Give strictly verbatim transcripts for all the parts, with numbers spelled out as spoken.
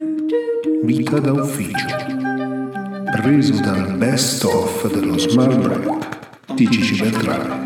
Vita da ufficio, preso dal best of dello Smart Break di Gigi Beltrame.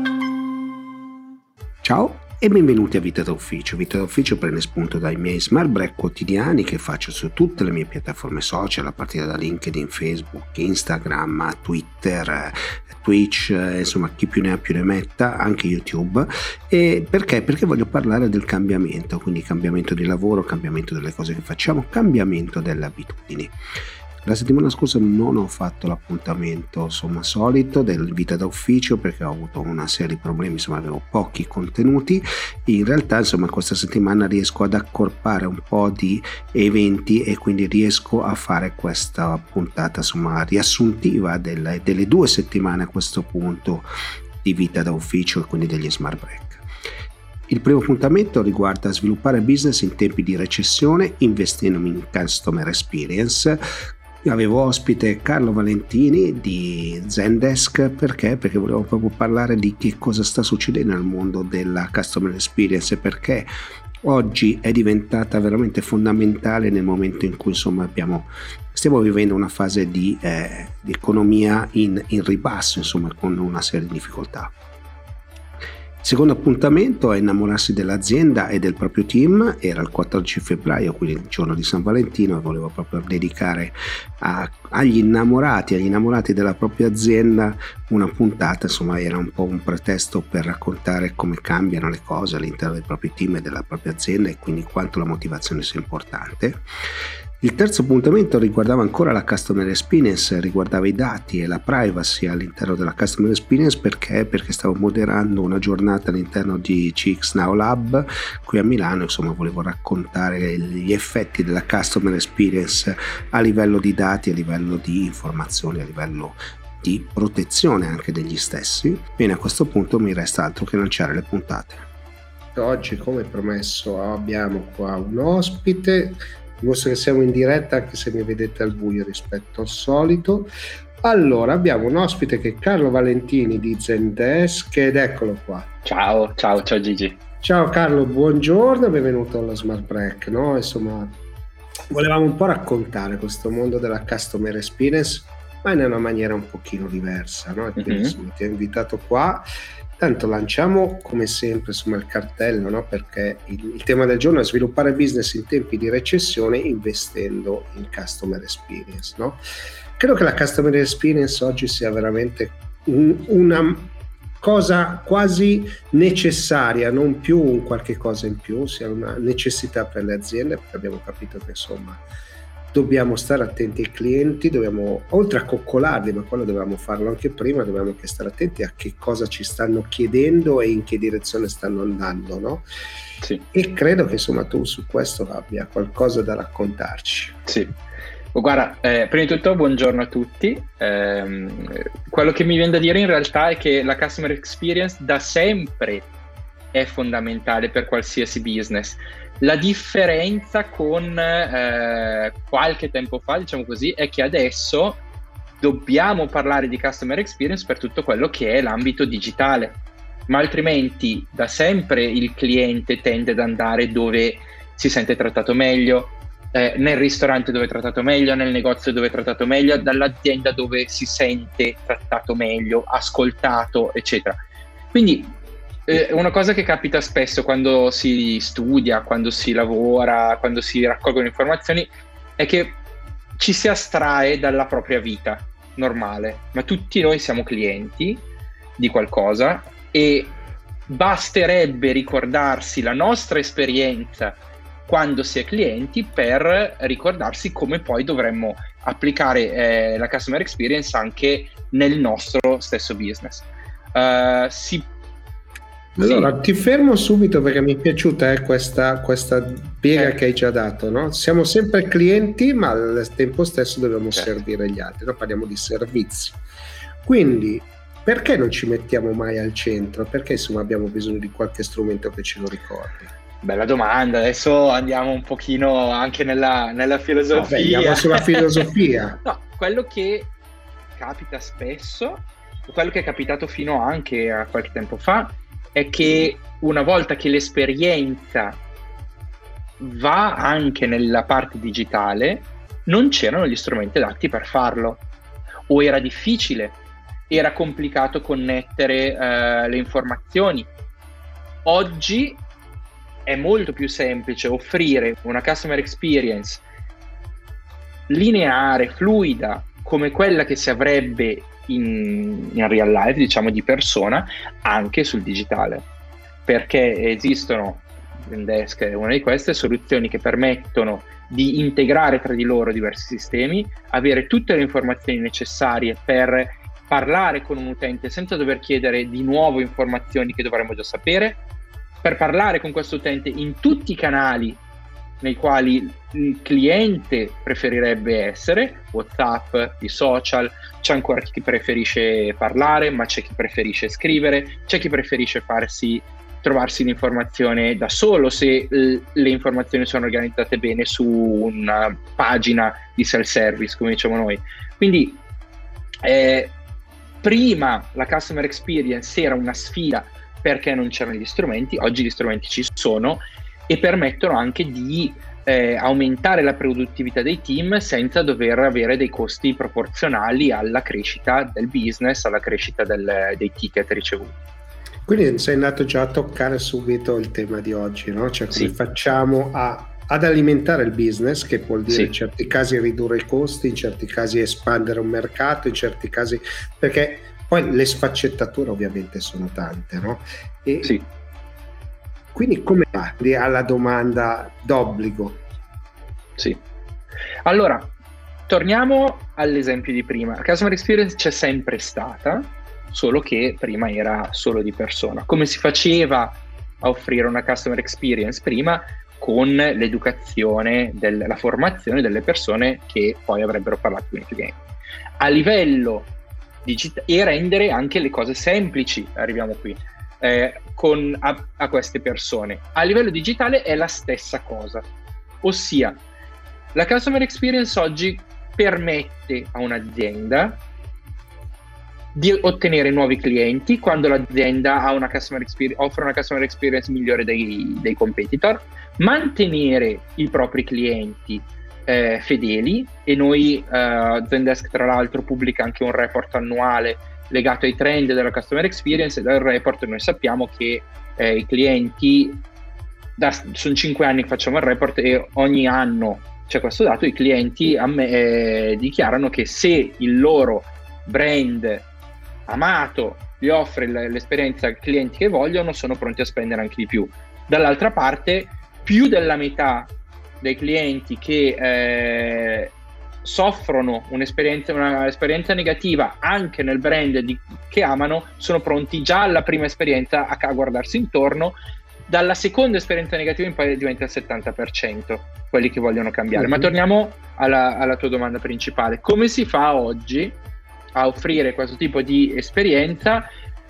Ciao e benvenuti a Vita da ufficio. Vita da ufficio prende spunto dai miei Smart Break quotidiani che faccio su tutte le mie piattaforme social, a partire da LinkedIn, Facebook, Instagram, Twitter, Twitch, insomma chi più ne ha più ne metta, anche YouTube. E perché? Perché voglio parlare del cambiamento, quindi cambiamento di lavoro, cambiamento delle cose che facciamo, cambiamento delle abitudini. La settimana scorsa non ho fatto l'appuntamento insomma solito del Vita da ufficio perché ho avuto una serie di problemi, insomma avevo pochi contenuti. In realtà insomma questa settimana riesco ad accorpare un po' di eventi e quindi riesco a fare questa puntata insomma riassuntiva delle, delle due settimane a questo punto di Vita da ufficio e quindi degli Smart Break. Il primo appuntamento riguarda sviluppare business in tempi di recessione investendo in customer experience. Io avevo ospite Carlo Valentini di Zendesk perché? Perché volevo proprio parlare di che cosa sta succedendo nel mondo della customer experience e perché oggi è diventata veramente fondamentale nel momento in cui insomma abbiamo stiamo vivendo una fase di, eh, di economia in, in ribasso, insomma con una serie di difficoltà. Il secondo appuntamento è innamorarsi dell'azienda e del proprio team. Era il quattordici febbraio, quindi il giorno di San Valentino, e volevo proprio dedicare a, agli innamorati, agli innamorati della propria azienda una puntata. Insomma era un po' un pretesto per raccontare come cambiano le cose all'interno dei propri team e della propria azienda e quindi quanto la motivazione sia importante. Il terzo appuntamento riguardava ancora la customer experience, riguardava i dati e la privacy all'interno della customer experience. Perché? Perché stavo moderando una giornata all'interno di C X Now Lab qui a Milano. Insomma volevo raccontare gli effetti della customer experience a livello di dati, a livello di informazioni, a livello di protezione anche degli stessi. Bene, a questo punto mi resta altro che lanciare le puntate. Oggi, come promesso, abbiamo qua un ospite. Dimostro che siamo in diretta anche se mi vedete al buio rispetto al solito. Allora abbiamo un ospite che è Carlo Valentini di Zendesk ed eccolo qua. Ciao, ciao, ciao Gigi. Ciao Carlo, buongiorno, benvenuto alla Smart Break. No? Insomma, volevamo un po' raccontare questo mondo della customer experience, ma in una maniera un pochino diversa, no? E quindi mm-hmm. insomma, ti ho invitato qua. Tanto lanciamo come sempre insomma il cartello, no? Perché il, il tema del giorno è sviluppare business in tempi di recessione investendo in customer experience, no? Credo che la customer experience oggi sia veramente un, una cosa quasi necessaria, non più un qualche cosa in più, sia una necessità per le aziende, perché abbiamo capito che insomma dobbiamo stare attenti ai clienti, dobbiamo, oltre a coccolarli, ma quello dovevamo farlo anche prima, dobbiamo anche stare attenti a che cosa ci stanno chiedendo e in che direzione stanno andando, no? Sì. E credo che insomma tu su questo abbia qualcosa da raccontarci. Sì. Guarda, eh, prima di tutto buongiorno a tutti. Eh, quello che mi viene da dire in realtà è che la customer experience da sempre è fondamentale per qualsiasi business. La differenza con eh, qualche tempo fa, diciamo così, è che adesso dobbiamo parlare di customer experience per tutto quello che è l'ambito digitale, ma altrimenti da sempre il cliente tende ad andare dove si sente trattato meglio, eh, nel ristorante dove è trattato meglio, nel negozio dove è trattato meglio, dall'azienda dove si sente trattato meglio, ascoltato, eccetera. Quindi una cosa che capita spesso quando si studia, quando si lavora, quando si raccolgono informazioni è che ci si astrae dalla propria vita normale, ma tutti noi siamo clienti di qualcosa e basterebbe ricordarsi la nostra esperienza quando si è clienti per ricordarsi come poi dovremmo applicare eh, la customer experience anche nel nostro stesso business. Uh, si Allora, sì. Ti fermo subito perché mi è piaciuta eh, questa, questa piega eh. che hai già dato, no? Siamo sempre clienti, ma al tempo stesso dobbiamo certo. servire gli altri, no? Parliamo di servizi. Quindi, perché non ci mettiamo mai al centro? Perché insomma abbiamo bisogno di qualche strumento che ce lo ricordi? Bella domanda, adesso andiamo un pochino anche nella, nella filosofia. Vabbè, andiamo sulla filosofia. No, quello che capita spesso, quello che è capitato fino anche a qualche tempo fa, è che una volta che l'esperienza va anche nella parte digitale, non c'erano gli strumenti adatti per farlo, o era difficile, era complicato connettere uh, le informazioni. Oggi è molto più semplice offrire una customer experience lineare, fluida, come quella che si avrebbe in, in real life, diciamo di persona, anche sul digitale, perché esistono, Zendesk è una di queste, soluzioni che permettono di integrare tra di loro diversi sistemi, avere tutte le informazioni necessarie per parlare con un utente senza dover chiedere di nuovo informazioni che dovremmo già sapere, per parlare con questo utente in tutti i canali nei quali il cliente preferirebbe essere, WhatsApp, i social. C'è ancora chi preferisce parlare, ma c'è chi preferisce scrivere, c'è chi preferisce farsi trovarsi l'informazione da solo se l- le informazioni sono organizzate bene su una pagina di self-service, come diciamo noi. Quindi eh, prima la customer experience era una sfida perché non c'erano gli strumenti, oggi gli strumenti ci sono e permettono anche di eh, aumentare la produttività dei team senza dover avere dei costi proporzionali alla crescita del business, alla crescita del, dei ticket ricevuti. Quindi sei andato già a toccare subito il tema di oggi, no? Cioè come sì. facciamo a, ad alimentare il business, che vuol dire sì. in certi casi ridurre i costi, in certi casi espandere un mercato, in certi casi, perché poi le sfaccettature ovviamente sono tante, no? E sì. Quindi come va alla domanda d'obbligo? Sì. Allora, torniamo all'esempio di prima. La customer experience c'è sempre stata, solo che prima era solo di persona. Come si faceva a offrire una customer experience prima? Con l'educazione, del, la formazione delle persone che poi avrebbero parlato con i clienti. A livello digitale, e rendere anche le cose semplici, arriviamo qui, eh, con, a, a queste persone. A livello digitale è la stessa cosa, ossia la customer experience oggi permette a un'azienda di ottenere nuovi clienti quando l'azienda ha una customer experience, offre una customer experience migliore dei, dei competitor, mantenere i propri clienti eh, fedeli, e noi eh, Zendesk tra l'altro pubblica anche un report annuale legato ai trend della customer experience, e dal report noi sappiamo che eh, i clienti, da, sono cinque anni che facciamo il report e ogni anno c'è questo dato, i clienti a me, eh, dichiarano che se il loro brand amato gli offre l'esperienza ai clienti che vogliono, sono pronti a spendere anche di più. Dall'altra parte, più della metà dei clienti che eh, soffrono un'esperienza, un'esperienza negativa anche nel brand di, che amano, sono pronti già alla prima esperienza a, a guardarsi intorno. Dalla seconda esperienza negativa in poi diventa il settanta per cento quelli che vogliono cambiare. Mm-hmm. Ma torniamo alla, alla tua domanda principale. Come si fa oggi a offrire questo tipo di esperienza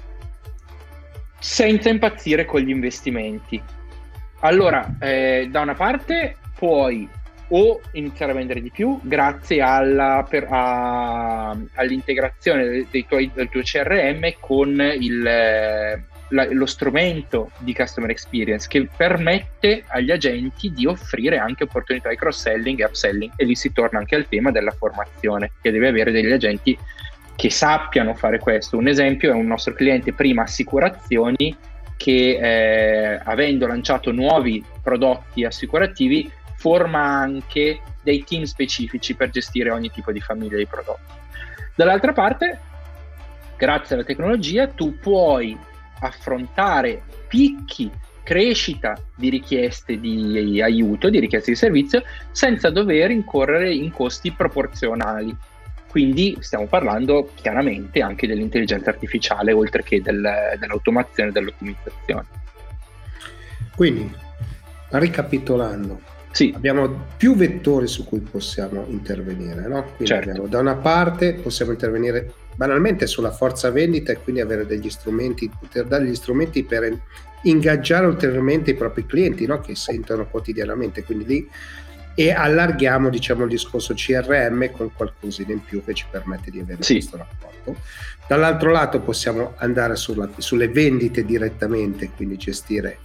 senza impazzire con gli investimenti? Allora, eh, da una parte puoi o iniziare a vendere di più grazie alla, per, a, all'integrazione dei tuoi, del tuo C R M con il, la, lo strumento di customer experience, che permette agli agenti di offrire anche opportunità di cross-selling e upselling, e lì si torna anche al tema della formazione, che deve avere degli agenti che sappiano fare questo. Un esempio è un nostro cliente Prima Assicurazioni, che eh, avendo lanciato nuovi prodotti assicurativi forma anche dei team specifici per gestire ogni tipo di famiglia di prodotti. Dall'altra parte, grazie alla tecnologia, tu puoi affrontare picchi, crescita di richieste di aiuto, di richieste di servizio, senza dover incorrere in costi proporzionali. Quindi stiamo parlando chiaramente anche dell'intelligenza artificiale, oltre che del, dell'automazione e dell'ottimizzazione. Quindi, ricapitolando, sì. abbiamo più vettori su cui possiamo intervenire, no? Quindi certo. abbiamo, da una parte possiamo intervenire banalmente sulla forza vendita, e quindi avere degli strumenti, poter dare gli strumenti per ingaggiare ulteriormente i propri clienti, no? Che sentono quotidianamente, quindi lì e allarghiamo, diciamo, il discorso C R M con qualcosina in più che ci permette di avere sì. questo rapporto. Dall'altro lato possiamo andare sulla, sulle vendite direttamente, quindi gestire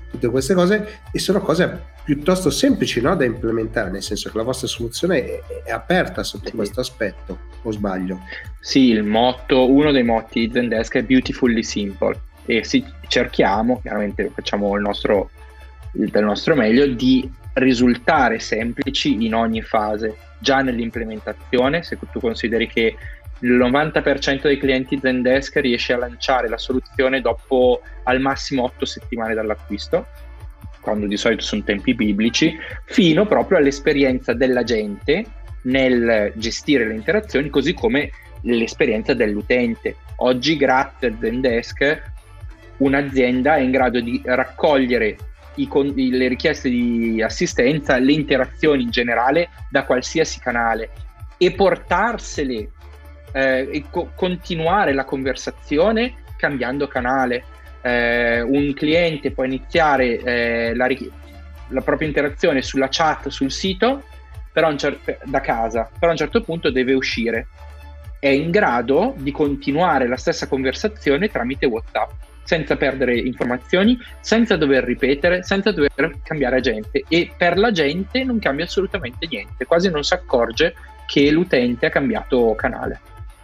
tutte queste cose, e sono cose piuttosto semplici, no, da implementare, nel senso che la vostra soluzione è, è aperta sotto sì. questo aspetto, o sbaglio? Sì, il motto, uno dei motti di Zendesk è Beautifully Simple, e sì, cerchiamo, chiaramente facciamo il nostro, il, del nostro meglio, di risultare semplici in ogni fase, già nell'implementazione. Se tu consideri che il novanta per cento dei clienti Zendesk riesce a lanciare la soluzione dopo al massimo otto settimane dall'acquisto, quando di solito sono tempi biblici, fino proprio all'esperienza della gente nel gestire le interazioni, così come l'esperienza dell'utente. Oggi, grazie a Zendesk, un'azienda è in grado di raccogliere i con- le richieste di assistenza, le interazioni in generale da qualsiasi canale, e portarsele eh, e co- continuare la conversazione cambiando canale. Eh, un cliente può iniziare eh, la, ri- la propria interazione sulla chat sul sito, però un cer- da casa, però a un certo punto deve uscire. È in grado di continuare la stessa conversazione tramite WhatsApp, senza perdere informazioni, senza dover ripetere, senza dover cambiare agente, e per la gente non cambia assolutamente niente, quasi non si accorge che l'utente ha cambiato canale.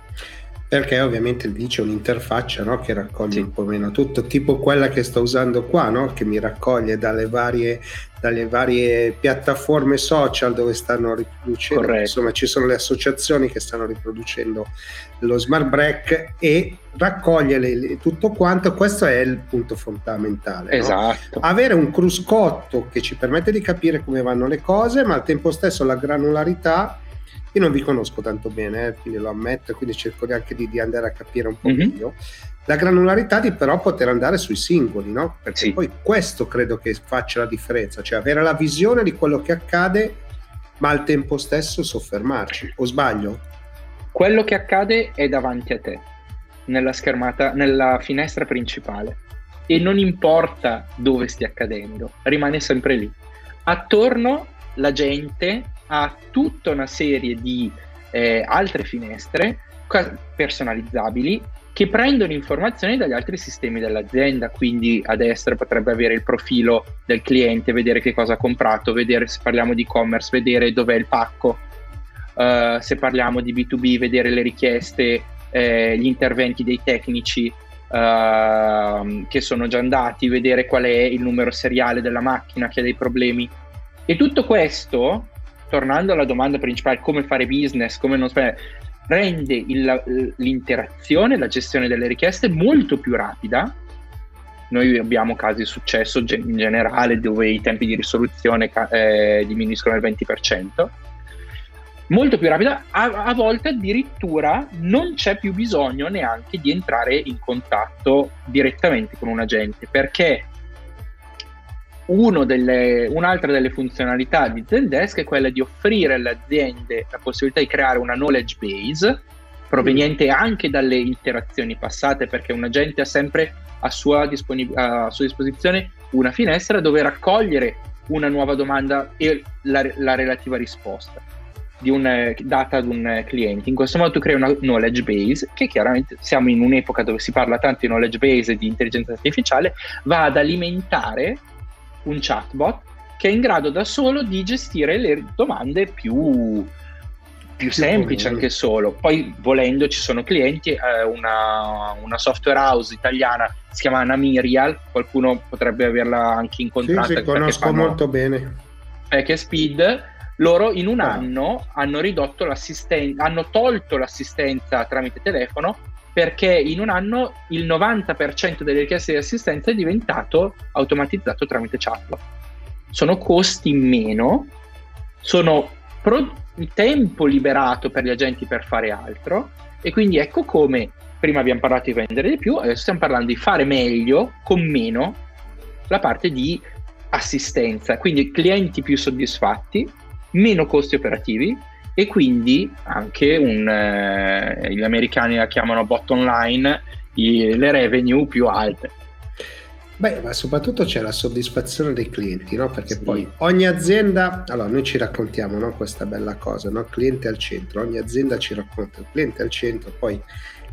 Perché ovviamente dice un'interfaccia, no, che raccoglie sì. un po' meno tutto, tipo quella che sto usando qua, no, che mi raccoglie dalle varie, dalle varie piattaforme social dove stanno riproducendo. Corretto. Insomma, ci sono le associazioni che stanno riproducendo lo smart break e raccoglie le, le, tutto quanto. Questo è il punto fondamentale, esatto. No? Avere un cruscotto che ci permette di capire come vanno le cose, ma al tempo stesso la granularità. Io non vi conosco tanto bene, eh, quindi lo ammetto, quindi cerco anche di, di andare a capire un po' mm-hmm. meglio la granularità, di però poter andare sui singoli, no? Perché sì. poi questo credo che faccia la differenza, cioè avere la visione di quello che accade, ma al tempo stesso soffermarci. O sbaglio? Quello che accade è davanti a te, nella schermata, nella finestra principale, e non importa dove stia accadendo, rimane sempre lì. Attorno la gente ha tutta una serie di eh, altre finestre personalizzabili che prendono informazioni dagli altri sistemi dell'azienda. Quindi a destra potrebbe avere il profilo del cliente, vedere che cosa ha comprato, vedere, se parliamo di e-commerce, vedere dov'è il pacco, uh, se parliamo di B due B, vedere le richieste, eh, gli interventi dei tecnici uh, che sono già andati, vedere qual è il numero seriale della macchina che ha dei problemi. E tutto questo, tornando alla domanda principale, come fare business, come non fare, rende il, l'interazione, la gestione delle richieste molto più rapida. Noi abbiamo casi di successo in generale dove i tempi di risoluzione eh, diminuiscono del venti per cento, molto più rapida. A, a volte addirittura non c'è più bisogno neanche di entrare in contatto direttamente con un agente, perché Uno delle, un'altra delle funzionalità di Zendesk è quella di offrire alle aziende la possibilità di creare una knowledge base proveniente anche dalle interazioni passate, perché un agente ha sempre a sua, disponib- a sua disposizione una finestra dove raccogliere una nuova domanda e la, la relativa risposta di un, data ad un cliente. In questo modo tu crei una knowledge base, che chiaramente, siamo in un'epoca dove si parla tanto di knowledge base e di intelligenza artificiale, va ad alimentare un chatbot che è in grado da solo di gestire le domande più, più semplici, anche solo. Poi, volendo, ci sono clienti, eh, una, una software house italiana si chiama Namirial, qualcuno potrebbe averla anche incontrata. Sì, sì, conosco fanno, molto bene. Eh, che Speed, loro in un ah. anno hanno ridotto l'assistenza, hanno tolto l'assistenza tramite telefono, perché in un anno il novanta per cento delle richieste di assistenza è diventato automatizzato tramite chatbot. Sono costi in meno, sono pro- tempo liberato per gli agenti per fare altro, e quindi ecco come prima abbiamo parlato di vendere di più, adesso stiamo parlando di fare meglio con meno la parte di assistenza, quindi clienti più soddisfatti, meno costi operativi, e quindi anche un, eh, gli americani la chiamano bottom line, i, le revenue più alte. Beh, ma soprattutto c'è la soddisfazione dei clienti, no? Perché sì. Poi ogni azienda, allora noi ci raccontiamo, no, questa bella cosa, no? Cliente al centro, ogni azienda ci racconta il cliente al centro, poi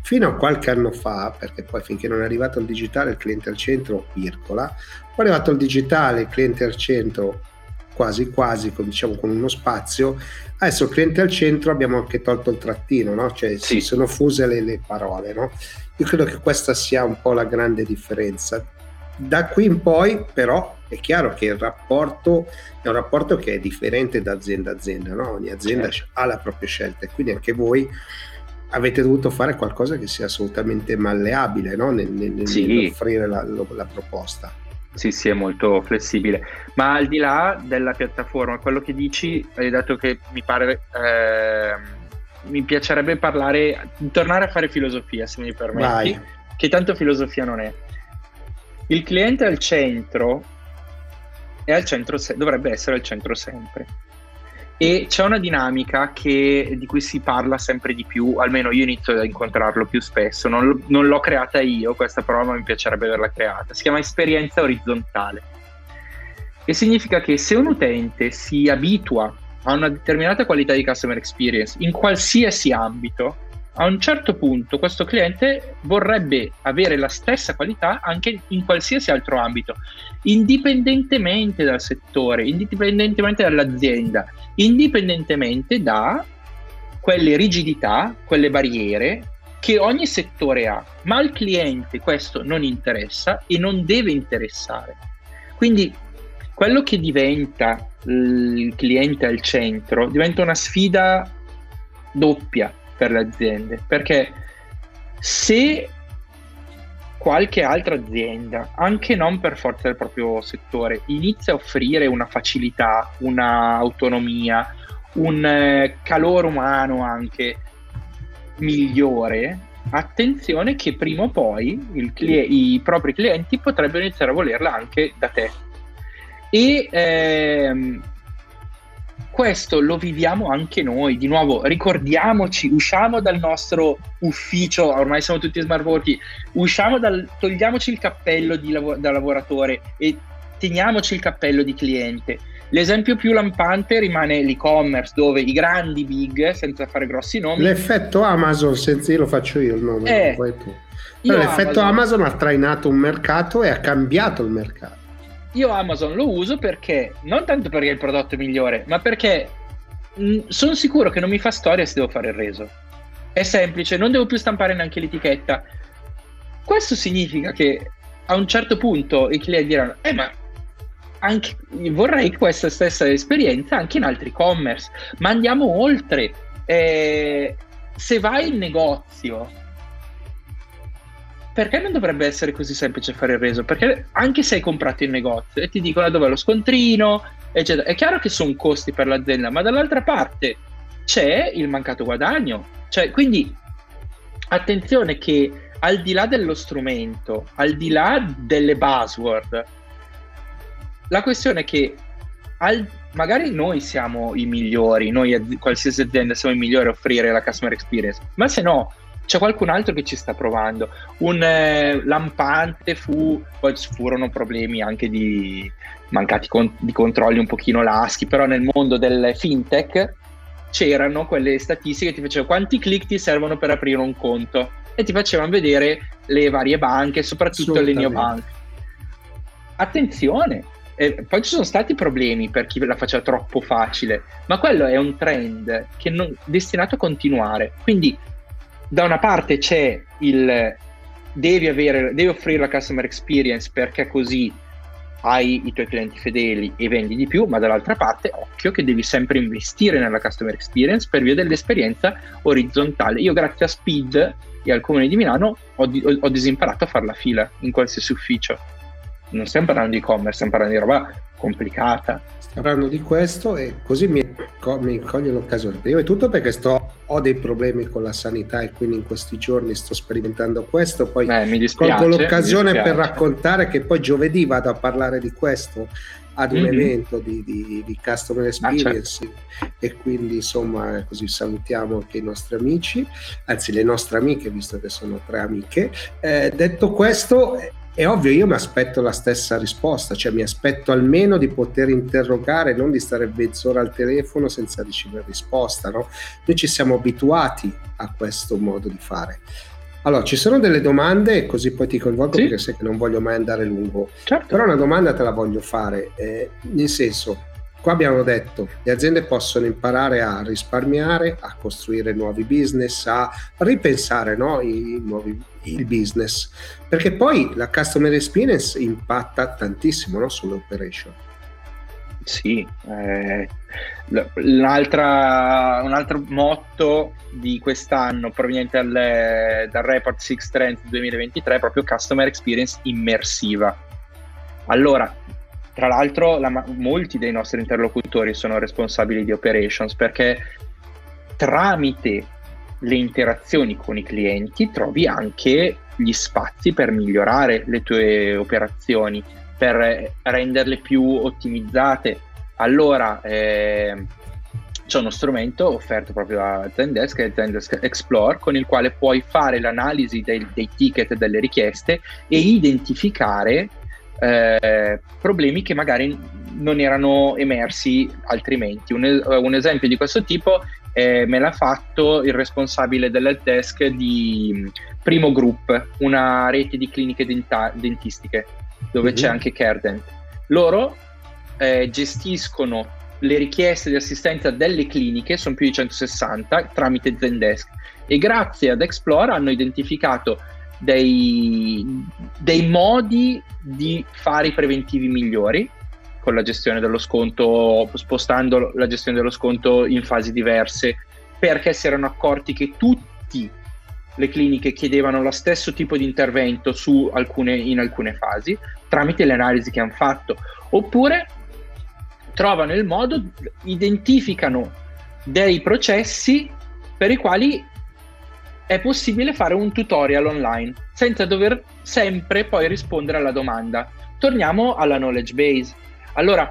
fino a qualche anno fa, perché poi finché non è arrivato il digitale, il cliente al centro, virgola, poi è arrivato il digitale, il cliente al centro, quasi quasi, con, diciamo, con uno spazio. Adesso il cliente al centro abbiamo anche tolto il trattino, no? Cioè sì. Si sono fuse le, le parole, no? Io credo che questa sia un po' la grande differenza. Da qui in poi però è chiaro che il rapporto è un rapporto che è differente da azienda a azienda, no? Ogni azienda certo. ha la propria scelta, e quindi anche voi avete dovuto fare qualcosa che sia assolutamente malleabile, no? nel, nel, sì. nell'offrire la, la proposta. Sì, sì, è molto flessibile. Ma al di là della piattaforma, quello che dici, hai detto che mi pare eh, mi piacerebbe parlare, tornare a fare filosofia, se mi permetti. Vai. Che tanto filosofia non è. Il cliente al centro è al centro, dovrebbe essere al centro sempre. E c'è una dinamica che, di cui si parla sempre di più, almeno io inizio ad incontrarlo più spesso, non, non l'ho creata io questa parola, ma mi piacerebbe averla creata. Si chiama esperienza orizzontale, e significa che se un utente si abitua a una determinata qualità di customer experience in qualsiasi ambito, a un certo punto questo cliente vorrebbe avere la stessa qualità anche in qualsiasi altro ambito, indipendentemente dal settore, indipendentemente dall'azienda, indipendentemente da quelle rigidità, quelle barriere che ogni settore ha. Ma al cliente questo non interessa e non deve interessare. Quindi quello che diventa il cliente al centro diventa una sfida doppia per le aziende, perché se qualche altra azienda, anche non per forza del proprio settore, inizia a offrire una facilità, una autonomia, un eh, calore umano anche migliore, attenzione che prima o poi il cli- i propri clienti potrebbero iniziare a volerla anche da te. E ehm, questo lo viviamo anche noi. Di nuovo, ricordiamoci, usciamo dal nostro ufficio, ormai siamo tutti smart working, usciamo dal, togliamoci il cappello di lav- da lavoratore e teniamoci il cappello di cliente. L'esempio più lampante rimane l'e-commerce, dove i grandi big, senza fare grossi nomi, l'effetto Amazon, senza io lo faccio io il nome, eh, poi tu. Però l'effetto Amazon... Amazon ha trainato un mercato e ha cambiato il mercato. Io Amazon lo uso perché, non tanto perché il prodotto è migliore, ma perché sono sicuro che non mi fa storia se devo fare il reso. È semplice, non devo più stampare neanche l'etichetta. Questo significa che a un certo punto i clienti diranno: eh ma anche, vorrei questa stessa esperienza anche in altri e-commerce. Ma andiamo oltre. Eh, se vai in negozio, perché non dovrebbe essere così semplice fare il reso? Perché anche se hai comprato in negozio e ti dicono dov'è lo scontrino, eccetera, è chiaro che sono costi per l'azienda, ma dall'altra parte c'è il mancato guadagno. Cioè, quindi attenzione che al di là dello strumento, al di là delle buzzword, la questione è che al, magari noi siamo i migliori, noi qualsiasi azienda siamo i migliori a offrire la customer experience, ma se no c'è qualcun altro che ci sta provando. Un eh, lampante fu, poi furono problemi anche di mancati con, di controlli un pochino laschi, però nel mondo del fintech c'erano quelle statistiche che ti facevano quanti click ti servono per aprire un conto e ti facevano vedere le varie banche, soprattutto le neobank. Attenzione, eh, poi ci sono stati problemi per chi la faceva troppo facile, ma quello è un trend che non destinato a continuare. Quindi da una parte c'è il devi avere, devi offrire la customer experience perché così hai i tuoi clienti fedeli e vendi di più, ma dall'altra parte occhio che devi sempre investire nella customer experience per via dell'esperienza orizzontale. Io grazie a Speed e al Comune di Milano ho, di, ho, ho disimparato a fare la fila in qualsiasi ufficio. Non stiamo parlando di e-commerce, stiamo parlando di roba complicata. Stiamo parlando di questo e così mi, mi coglie l'occasione. Prima di tutto perché sto, ho dei problemi con la sanità e quindi in questi giorni sto sperimentando questo. Poi eh, mi dispiace, colgo l'occasione mi dispiace. per raccontare che poi giovedì vado a parlare di questo ad un mm-hmm. evento di, di, di customer experience, ah, certo. E quindi insomma così salutiamo anche i nostri amici, anzi le nostre amiche, visto che sono tre amiche. Eh, detto questo, è ovvio, io mi aspetto la stessa risposta, cioè mi aspetto almeno di poter interrogare, non di stare mezz'ora al telefono senza ricevere risposta, no? Noi ci siamo abituati a questo modo di fare. Allora, ci sono delle domande, così poi ti coinvolgo, sì? perché sai che non voglio mai andare lungo. Certo. Però una domanda te la voglio fare, eh, nel senso, qua abbiamo detto, le aziende possono imparare a risparmiare, a costruire nuovi business, a ripensare, no, i nuovi, il business, perché poi la customer experience impatta tantissimo, no, sull'operation. Sì, eh, l'altra, un altro motto di quest'anno proveniente dal, dal report Six Trends duemilaventitré è proprio Customer Experience immersiva. Allora, tra l'altro la, molti dei nostri interlocutori sono responsabili di operations, perché tramite le interazioni con i clienti trovi anche gli spazi per migliorare le tue operazioni, per renderle più ottimizzate. Allora eh, c'è uno strumento offerto proprio da Zendesk, che è Zendesk Explore, con il quale puoi fare l'analisi dei, dei ticket e delle richieste e identificare eh, problemi che magari non erano emersi altrimenti. Un, un esempio di questo tipo eh, me l'ha fatto il responsabile dell'help desk di Primo Group, una rete di cliniche denta- dentistiche dove mm-hmm. c'è anche CareDent. Loro eh, gestiscono le richieste di assistenza delle cliniche, sono più di centosessanta, tramite Zendesk, e grazie ad Explore hanno identificato dei, dei modi di fare i preventivi migliori con la gestione dello sconto, spostando la gestione dello sconto in fasi diverse, perché si erano accorti che tutti le cliniche chiedevano lo stesso tipo di intervento su alcune, in alcune fasi, tramite le analisi che hanno fatto. Oppure trovano il modo, identificano dei processi per i quali è possibile fare un tutorial online senza dover sempre poi rispondere alla domanda. Torniamo alla knowledge base. Allora,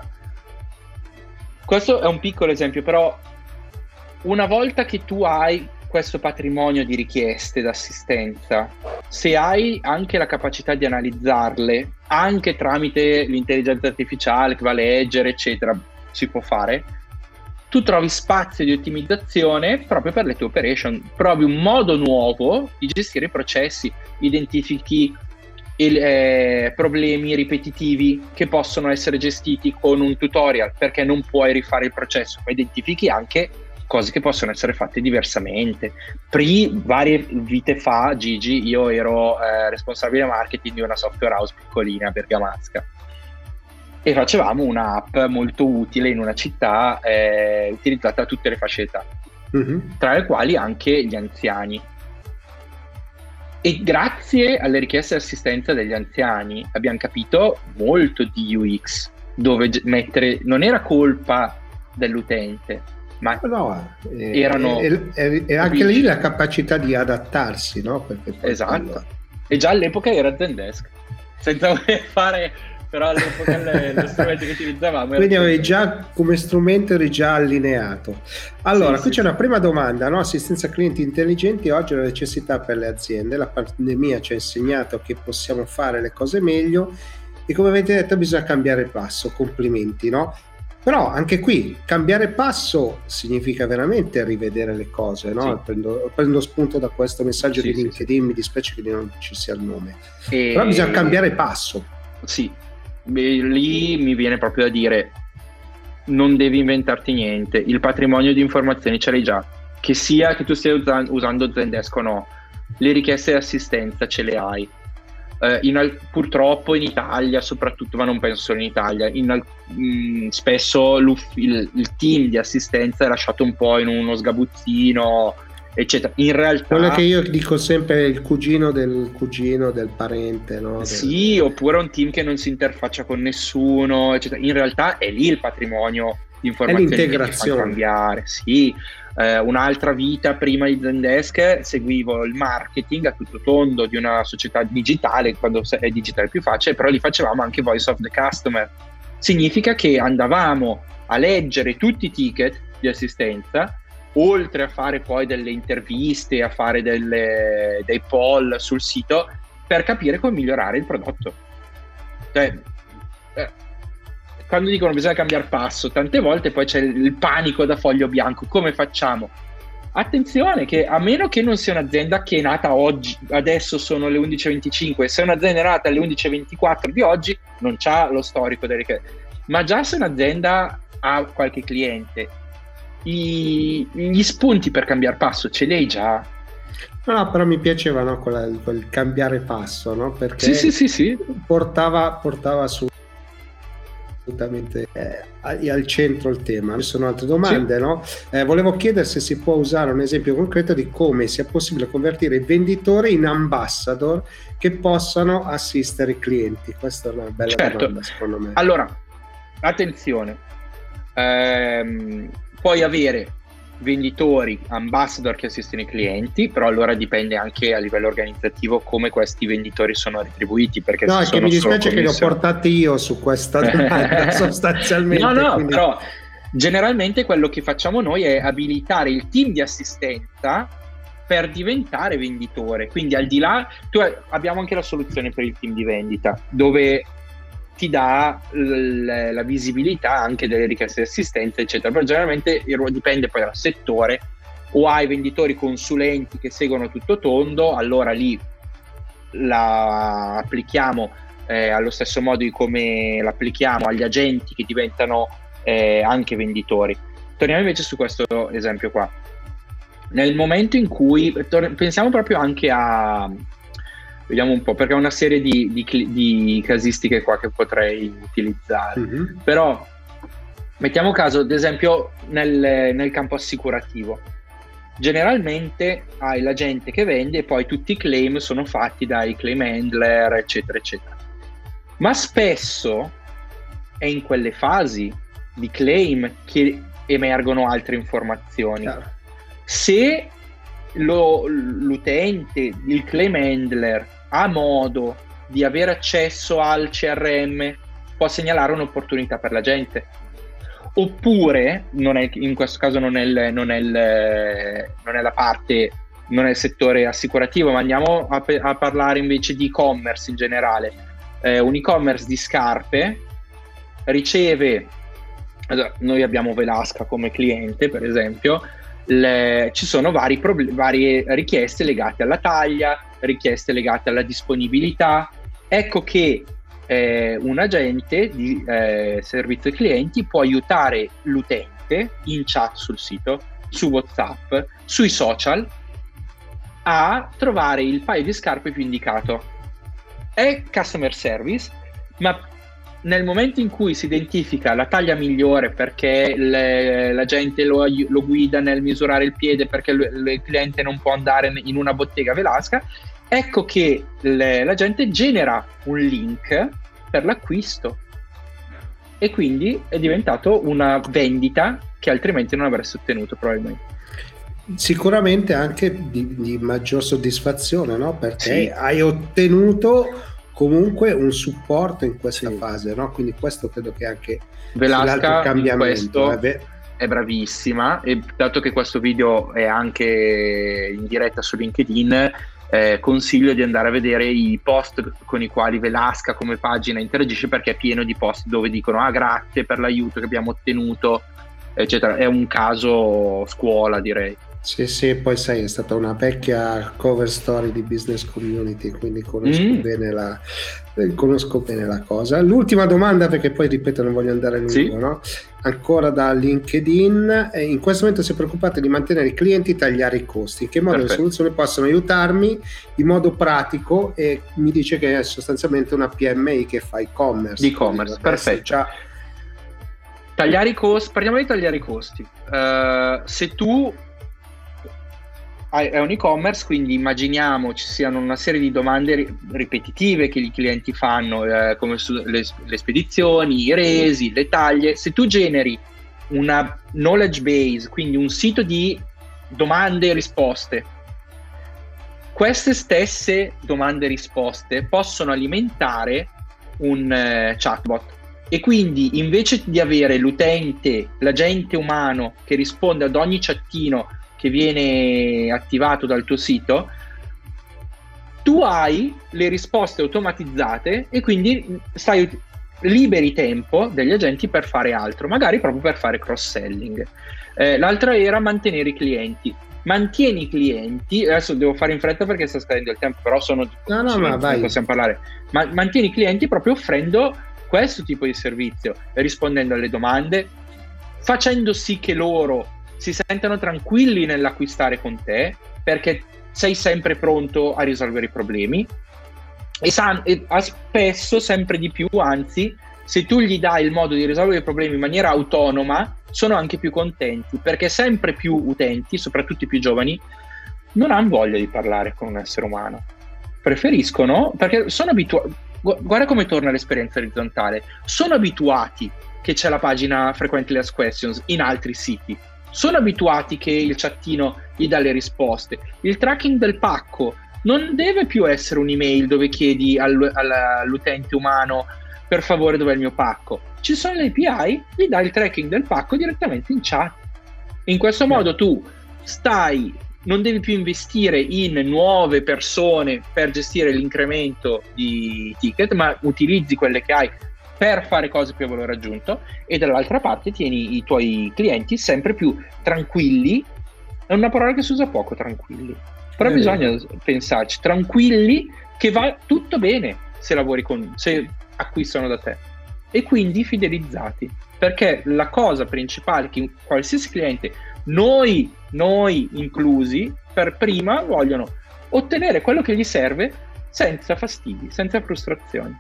questo è un piccolo esempio, però una volta che tu hai questo patrimonio di richieste d'assistenza, se hai anche la capacità di analizzarle, anche tramite l'intelligenza artificiale che va a leggere, eccetera, si può fare, tu trovi spazio di ottimizzazione proprio per le tue operation, provi un modo nuovo di gestire i processi, identifichi il, eh, problemi ripetitivi che possono essere gestiti con un tutorial, perché non puoi rifare il processo, ma identifichi anche cose che possono essere fatte diversamente. Pri varie vite fa, Gigi, io ero eh, responsabile marketing di una software house piccolina bergamasca e facevamo un'app molto utile in una città eh, utilizzata da tutte le fasce d'età, mm-hmm. tra le quali anche gli anziani. E grazie alle richieste di assistenza degli anziani abbiamo capito molto di U X, dove mettere non era colpa dell'utente, ma no, eh, erano e, e, e anche lì la capacità di adattarsi, no? Perché esatto, quello... e già all'epoca era Zendesk, senza voler fare, però all'epoca le, lo strumento che utilizzavamo quindi avevi già come strumento, eri già allineato. Allora, sì, qui sì, c'è sì. Una prima domanda, no? Assistenza clienti intelligenti oggi è una necessità per le aziende. La pandemia ci ha insegnato che possiamo fare le cose meglio e, come avete detto, bisogna cambiare passo. Complimenti, no? Però anche qui cambiare passo significa veramente rivedere le cose, no? Sì. Prendo, prendo spunto da questo messaggio sì, di LinkedIn, sì, mi dispiace che non ci sia il nome, e... però bisogna cambiare passo. Sì, beh, lì mi viene proprio da dire, non devi inventarti niente, il patrimonio di informazioni ce l'hai già, che sia che tu stia usando, usando Zendesk o no, le richieste di assistenza ce le hai. Uh, in, purtroppo in Italia soprattutto, ma non penso solo in Italia, in, mh, spesso il, il team di assistenza è lasciato un po' in uno sgabuzzino, eccetera. In realtà, quello che io dico sempre è il cugino del cugino del parente, no? Del... Sì, oppure un team che non si interfaccia con nessuno, eccetera. In realtà è lì il patrimonio di informazioni che ti fanno cambiare. Sì. Uh, un'altra vita prima di Zendesk seguivo il marketing a tutto tondo di una società digitale, quando è digitale più facile, però lì facevamo anche voice of the customer. Significa che andavamo a leggere tutti i ticket di assistenza, oltre a fare poi delle interviste, a fare delle, dei poll sul sito per capire come migliorare il prodotto. Cioè, eh, quando dicono bisogna cambiare passo, tante volte poi c'è il panico da foglio bianco, come facciamo? attenzione che a meno che non sia un'azienda che è nata oggi, adesso sono le undici e venticinque, se un'azienda è nata alle undici e ventiquattro di oggi non c'ha lo storico delle clienti, ma già se un'azienda ha qualche cliente, i, gli spunti per cambiare passo ce li hai già. No, però mi piaceva, no, quel, quel cambiare passo, no? Perché sì, sì, sì, sì. portava, portava su assolutamente eh, al centro il tema. Ci sono altre domande, sì. no? Eh, volevo chiedere se si può usare un esempio concreto di come sia possibile convertire i venditori in ambassador che possano assistere i clienti. Questa è una bella certo. domanda, secondo me. Allora, attenzione, ehm, puoi avere venditori, ambassador che assistono i clienti, però allora dipende anche a livello organizzativo come questi venditori sono retribuiti, perché no, se che sono mi dispiace che li ho commissioni... portati io su questa domanda sostanzialmente. No, no, quindi... però generalmente quello che facciamo noi è abilitare il team di assistenza per diventare venditore, quindi al di là, tu, abbiamo anche la soluzione per il team di vendita, dove ti dà l- la visibilità anche delle richieste di assistenza, eccetera. Però generalmente il ruolo dipende poi dal settore, o hai venditori consulenti che seguono tutto tondo, allora lì la applichiamo eh, allo stesso modo di come l'applichiamo agli agenti che diventano eh, anche venditori. Torniamo invece su questo esempio qua. Nel momento in cui tor- pensiamo proprio anche a vediamo un po', perché ho una serie di, di, di casistiche qua che potrei utilizzare. Mm-hmm. Però mettiamo caso, ad esempio, nel, nel campo assicurativo. Generalmente hai la gente che vende e poi tutti i claim sono fatti dai claim handler, eccetera, eccetera. Ma spesso è in quelle fasi di claim che emergono altre informazioni. Chiaro. Se lo, l'utente, il claim handler, ha modo di avere accesso al C R M, può segnalare un'opportunità per la gente. Oppure, non è, in questo caso non è, il, non, è il, non è la parte, non è il settore assicurativo, ma andiamo a, a parlare invece di e-commerce in generale. Eh, un e-commerce di scarpe riceve, allora, noi abbiamo Velasca come cliente per esempio, le, ci sono vari problem- varie richieste legate alla taglia, richieste legate alla disponibilità. Ecco che eh, un agente di eh, servizio ai clienti può aiutare l'utente in chat sul sito, su WhatsApp, sui social a trovare il paio di scarpe più indicato. È customer service, ma nel momento in cui si identifica la taglia migliore perché le, la gente lo, lo guida nel misurare il piede perché l, il cliente non può andare in una bottega Velasca, ecco che le, la gente genera un link per l'acquisto e quindi è diventato una vendita che altrimenti non avresti ottenuto probabilmente. Sicuramente anche di, di maggior soddisfazione, no? Perché sì. hai ottenuto comunque un supporto in questa sì. fase, no? Quindi questo credo che anche Velasca cambiamento, in questo eh, è bravissima, e dato che questo video è anche in diretta su LinkedIn, eh, consiglio di andare a vedere i post con i quali Velasca come pagina interagisce, perché è pieno di post dove dicono ah grazie per l'aiuto che abbiamo ottenuto, eccetera. È un caso scuola, direi. Sì, sì, poi sai, è stata una vecchia cover story di Business Community, quindi conosco, mm. bene la, conosco bene la cosa. L'ultima domanda, perché poi ripeto non voglio andare lungo, sì. no? Ancora da LinkedIn. In questo momento si è preoccupato di mantenere i clienti e tagliare i costi. In che modo Perfetto. Le soluzioni possono aiutarmi in modo pratico? E mi dice che è sostanzialmente una P M I che fa e-commerce. Di e-commerce, perfetto. Già... Tagliare i costi, parliamo di tagliare i costi. Uh, se tu è un e-commerce, quindi immaginiamo ci siano una serie di domande ripetitive che i clienti fanno, eh, come le, le spedizioni, i resi, le taglie. Se tu generi una knowledge base, quindi un sito di domande e risposte, queste stesse domande e risposte possono alimentare un eh, chatbot, e quindi invece di avere l'utente, l'agente umano che risponde ad ogni chattino che viene attivato dal tuo sito, tu hai le risposte automatizzate e quindi stai liberi tempo degli agenti per fare altro, magari proprio per fare cross-selling. Eh, l'altra era mantenere i clienti. mantieni i clienti, adesso devo fare in fretta perché sta scadendo il tempo, però sono no, no, ma vai. possiamo parlare, ma mantieni i clienti proprio offrendo questo tipo di servizio, rispondendo alle domande, facendo sì che loro si sentano tranquilli nell'acquistare con te, perché sei sempre pronto a risolvere i problemi e, san- e a spesso sempre di più, anzi, se tu gli dai il modo di risolvere i problemi in maniera autonoma, sono anche più contenti, perché sempre più utenti, soprattutto i più giovani, non hanno voglia di parlare con un essere umano, preferiscono, perché sono abituati, guarda come torna l'esperienza orizzontale, sono abituati che c'è la pagina Frequently Asked Questions in altri siti, sono abituati che il chattino gli dà le risposte, il tracking del pacco non deve più essere un'email dove chiedi al, all'utente umano per favore dov'è il mio pacco, ci sono le A P I, gli dai il tracking del pacco direttamente in chat, in questo modo tu stai, non devi più investire in nuove persone per gestire l'incremento di ticket, ma utilizzi quelle che hai per fare cose più a valore aggiunto, e dall'altra parte tieni i tuoi clienti sempre più tranquilli. È una parola che si usa poco, tranquilli, però eh, bisogna eh. pensarci, tranquilli che va tutto bene se lavori con, se acquistano da te, e quindi fidelizzati, perché la cosa principale che qualsiasi cliente, noi, noi inclusi, per prima vogliono ottenere quello che gli serve senza fastidi, senza frustrazioni.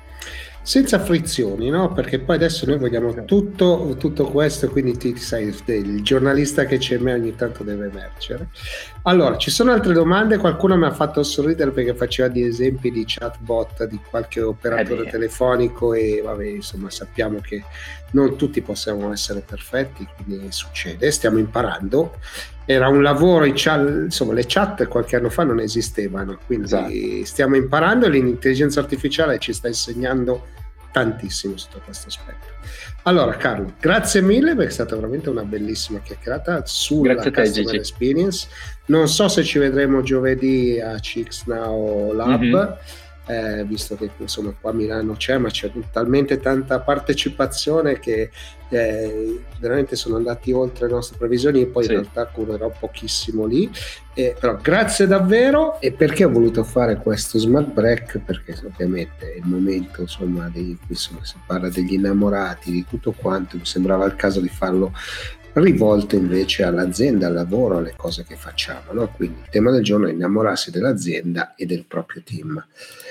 Senza frizioni, no? Perché poi adesso noi vogliamo tutto, tutto questo, quindi ti sai, il giornalista che c'è in me ogni tanto deve emergere. Allora, ci sono altre domande? Qualcuno mi ha fatto sorridere perché faceva di esempi di chatbot di qualche operatore eh telefonico, e vabbè, insomma, sappiamo che non tutti possiamo essere perfetti, quindi succede, stiamo imparando. Era un lavoro, in chat, insomma, le chat qualche anno fa non esistevano, quindi esatto. Stiamo imparando, e l'intelligenza artificiale ci sta insegnando tantissimo sotto questo aspetto. Allora Carlo, grazie mille, perché è stata veramente una bellissima chiacchierata sulla grazie te, Customer Gigi. Experience. Non so se ci vedremo giovedì a C X Now Lab, mm-hmm. eh, visto che insomma qua a Milano c'è, ma c'è talmente tanta partecipazione che eh, veramente sono andati oltre le nostre previsioni, e poi sì. In realtà curerò pochissimo lì, eh, però grazie davvero. E perché ho voluto fare questo Smart Break? Perché ovviamente è il momento, insomma, di, insomma, si parla degli innamorati, di tutto quanto, mi sembrava il caso di farlo rivolto invece all'azienda, al lavoro, alle cose che facciamo, no? Quindi il tema del giorno è innamorarsi dell'azienda e del proprio team.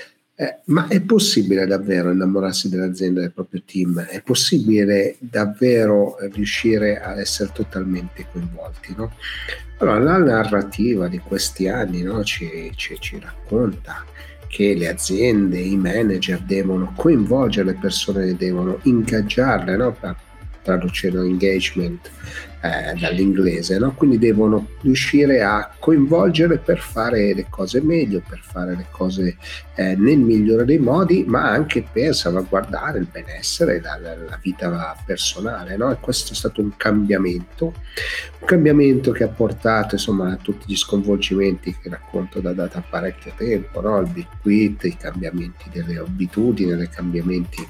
Eh, ma è possibile davvero innamorarsi dell'azienda e del proprio team? È possibile davvero riuscire a essere totalmente coinvolti, no? Allora, la narrativa di questi anni, no, ci, ci, ci racconta che le aziende, i manager devono coinvolgere le persone, devono ingaggiarle, no? Per traducendo engagement eh, dall'inglese, no? Quindi devono riuscire a coinvolgere per fare le cose meglio, per fare le cose eh, nel migliore dei modi, ma anche per salvaguardare il benessere e la, la vita personale, no? E questo è stato un cambiamento, un cambiamento che ha portato, insomma, a tutti gli sconvolgimenti che racconto da, da, da parecchio tempo, no? Il big quit, i cambiamenti delle abitudini, i cambiamenti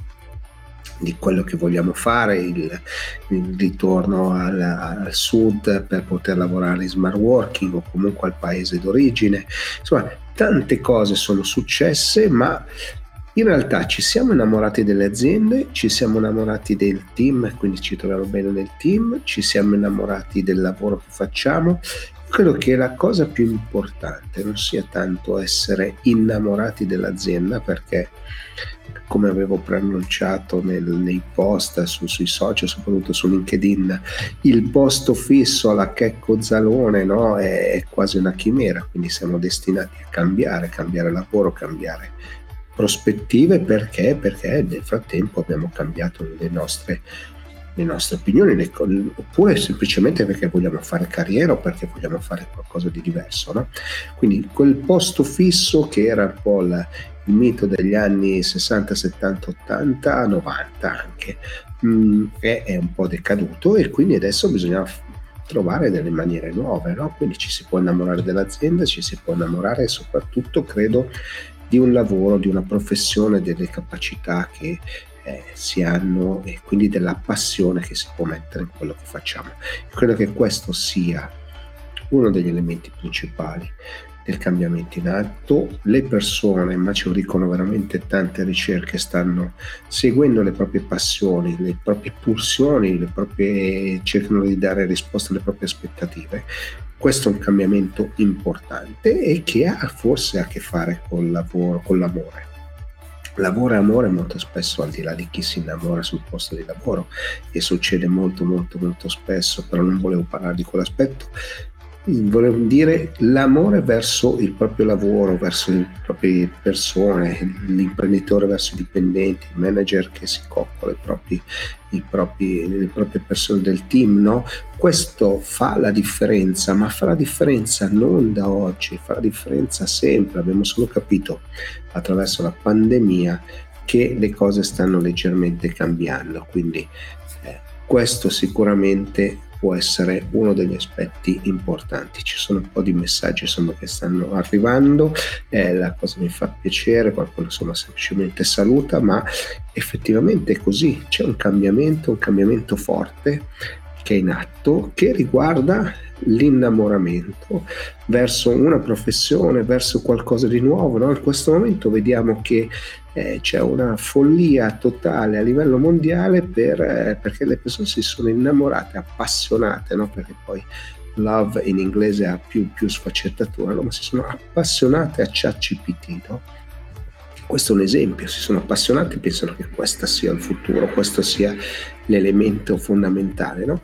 di quello che vogliamo fare, il, il ritorno al, al sud per poter lavorare in smart working o comunque al paese d'origine. Insomma, tante cose sono successe, ma in realtà ci siamo innamorati delle aziende, ci siamo innamorati del team, quindi ci troviamo bene nel team, ci siamo innamorati del lavoro che facciamo. Credo che la cosa più importante non sia tanto essere innamorati dell'azienda, perché come avevo preannunciato nel, nei post su, sui social, soprattutto su LinkedIn, il posto fisso alla Checco Zalone, no, è, è quasi una chimera, quindi siamo destinati a cambiare, cambiare lavoro, cambiare prospettive. Perché? Perché nel frattempo abbiamo cambiato le nostre le nostre opinioni, le, oppure semplicemente perché vogliamo fare carriera o perché vogliamo fare qualcosa di diverso, no? Quindi quel posto fisso che era un po' la, il mito degli anni sessanta, settanta, ottanta, novanta anche, mh, è, è un po' decaduto, e quindi adesso bisogna trovare delle maniere nuove, no? Quindi ci si può innamorare dell'azienda, ci si può innamorare soprattutto, credo, di un lavoro, di una professione, delle capacità che Eh, si hanno, e quindi della passione che si può mettere in quello che facciamo. Io credo che questo sia uno degli elementi principali del cambiamento in atto. Le persone, ma ci lo dicono veramente tante ricerche, stanno seguendo le proprie passioni, le proprie pulsioni, le proprie, cercano di dare risposte alle proprie aspettative. Questo è un cambiamento importante e che ha forse a che fare col lavoro, con l'amore. Lavoro e amore molto spesso, al di là di chi si innamora sul posto di lavoro, e succede molto molto molto spesso, però non volevo parlare di quell'aspetto. Volevo dire l'amore verso il proprio lavoro, verso le proprie persone, l'imprenditore verso i dipendenti, il manager che si coccola i propri, i propri, le proprie persone del team, no? Questo fa la differenza, ma fa la differenza non da oggi, fa la differenza sempre. Abbiamo solo capito attraverso la pandemia che le cose stanno leggermente cambiando, quindi eh, questo sicuramente può essere uno degli aspetti importanti. Ci sono un po' di messaggi insomma che stanno arrivando, eh, la cosa mi fa piacere, qualcuno insomma semplicemente saluta, ma effettivamente è così, c'è un cambiamento, un cambiamento forte che è in atto, che riguarda l'innamoramento verso una professione, verso qualcosa di nuovo, no? In questo momento vediamo che eh, c'è una follia totale a livello mondiale per, eh, perché le persone si sono innamorate, appassionate, no? Perché poi love in inglese ha più, più sfaccettatura, no? Ma si sono appassionate a ChatGPT, no? Questo è un esempio, si sono appassionati e pensano che questo sia il futuro, questo sia l'elemento fondamentale, no?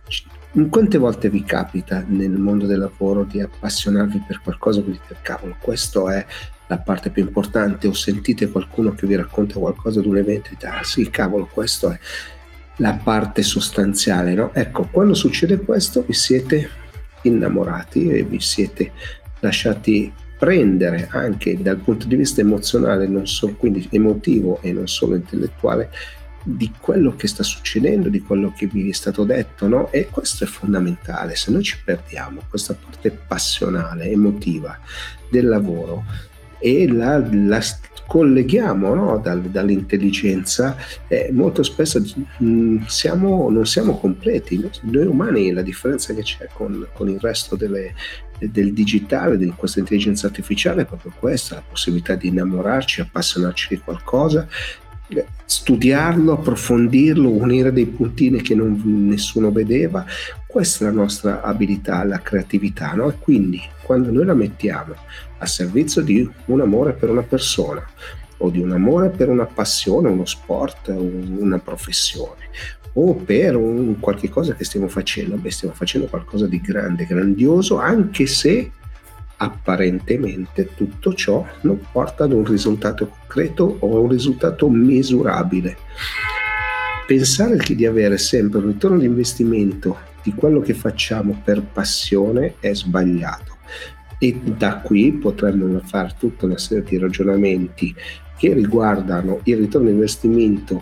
Quante volte vi capita nel mondo del lavoro di appassionarvi per qualcosa e vi dite cavolo, questa è la parte più importante, o sentite qualcuno che vi racconta qualcosa di un evento e dite ah sì cavolo, questa è la parte sostanziale, no? Ecco, quando succede questo vi siete innamorati e vi siete lasciati prendere anche dal punto di vista emozionale, non solo, quindi emotivo e non solo intellettuale, di quello che sta succedendo, di quello che vi è stato detto, no? E questo è fondamentale. Se noi ci perdiamo questa parte passionale, emotiva del lavoro e la, la colleghiamo, no? Dal, dall'intelligenza, eh, molto spesso mh, siamo, non siamo completi. Noi umani, la differenza che c'è con, con il resto delle, del digitale, di questa intelligenza artificiale, è proprio questa, la possibilità di innamorarci, appassionarci di qualcosa, studiarlo, approfondirlo, unire dei puntini che non, nessuno vedeva. Questa è la nostra abilità, la creatività, no? E quindi quando noi la mettiamo a servizio di un amore per una persona o di un amore per una passione, uno sport, una professione o per un qualche cosa che stiamo facendo, beh, stiamo facendo qualcosa di grande, grandioso, anche se apparentemente tutto ciò non porta ad un risultato concreto o a un risultato misurabile. Pensare che di avere sempre un ritorno di investimento di quello che facciamo per passione è sbagliato, e da qui potremmo fare tutta una serie di ragionamenti che riguardano il ritorno di investimento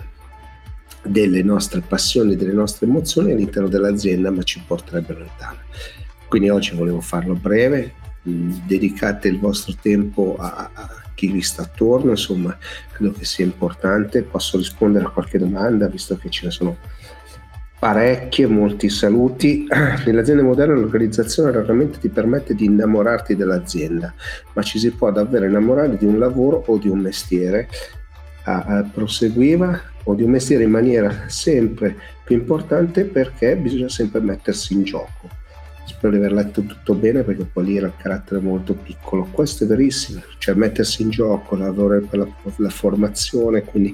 delle nostre passioni, delle nostre emozioni all'interno dell'azienda, ma ci porterebbero lontano. Quindi oggi volevo farlo breve. Dedicate il vostro tempo a, a chi vi sta attorno, insomma credo che sia importante. Posso rispondere a qualche domanda visto che ce ne sono parecchie. Molti saluti. Nell'azienda moderna l'organizzazione raramente ti permette di innamorarti dell'azienda, ma ci si può davvero innamorare di un lavoro o di un mestiere, a, a proseguiva, o di un mestiere in maniera sempre più importante, perché bisogna sempre mettersi in gioco. Spero di aver letto tutto bene, perché poi lì era il carattere molto piccolo. Questo è verissimo, cioè mettersi in gioco, lavorare per la, la formazione, quindi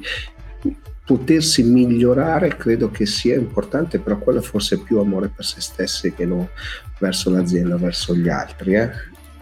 potersi migliorare credo che sia importante, però quello forse è più amore per se stessi che non verso l'azienda, verso gli altri, eh?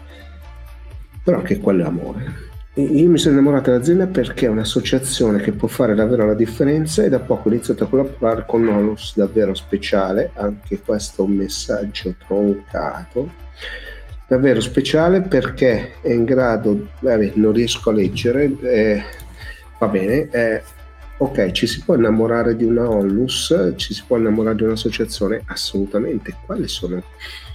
Però anche quello è amore. Io mi sono innamorato dell'azienda perché è un'associazione che può fare davvero la differenza, e da poco ho iniziato a collaborare con Onlus, davvero speciale. Anche questo è un messaggio troncato, davvero speciale perché è in grado, vabbè, non riesco a leggere, eh, va bene, eh, ok, ci si può innamorare di una Onlus, ci si può innamorare di un'associazione, assolutamente. Quali sono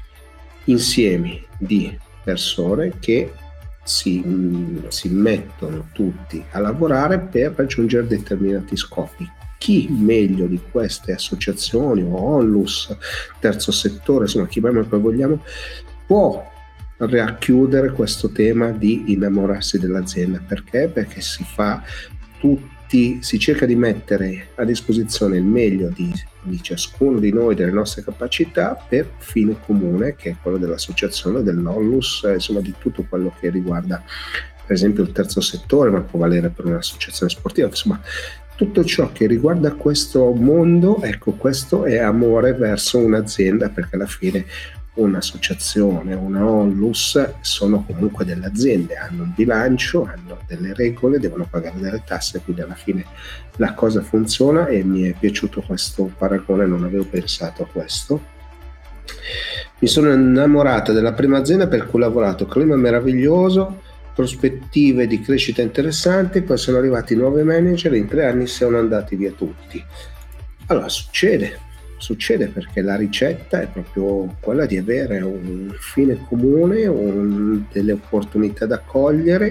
insiemi di persone che Si, si mettono tutti a lavorare per raggiungere determinati scopi. Chi meglio di queste associazioni o Onlus, terzo settore, insomma chi mai poi vogliamo, può racchiudere questo tema di innamorarsi dell'azienda. Perché? Perché si fa tutti, si cerca di mettere a disposizione il meglio di, di ciascuno di noi, delle nostre capacità, per fine comune, che è quello dell'associazione, del Nollus, insomma di tutto quello che riguarda per esempio il terzo settore, ma può valere per un'associazione sportiva, insomma tutto ciò che riguarda questo mondo. Ecco, questo è amore verso un'azienda, perché alla fine un'associazione, una onlus sono comunque delle aziende, hanno un bilancio, hanno delle regole, devono pagare delle tasse, quindi alla fine la cosa funziona, e mi è piaciuto questo paragone, non avevo pensato a questo. Mi sono innamorata della prima azienda per cui ho lavorato, clima meraviglioso, prospettive di crescita interessanti, poi sono arrivati nuovi manager, in tre anni sono andati via tutti. Allora succede, succede perché la ricetta è proprio quella di avere un fine comune, un, delle opportunità da cogliere,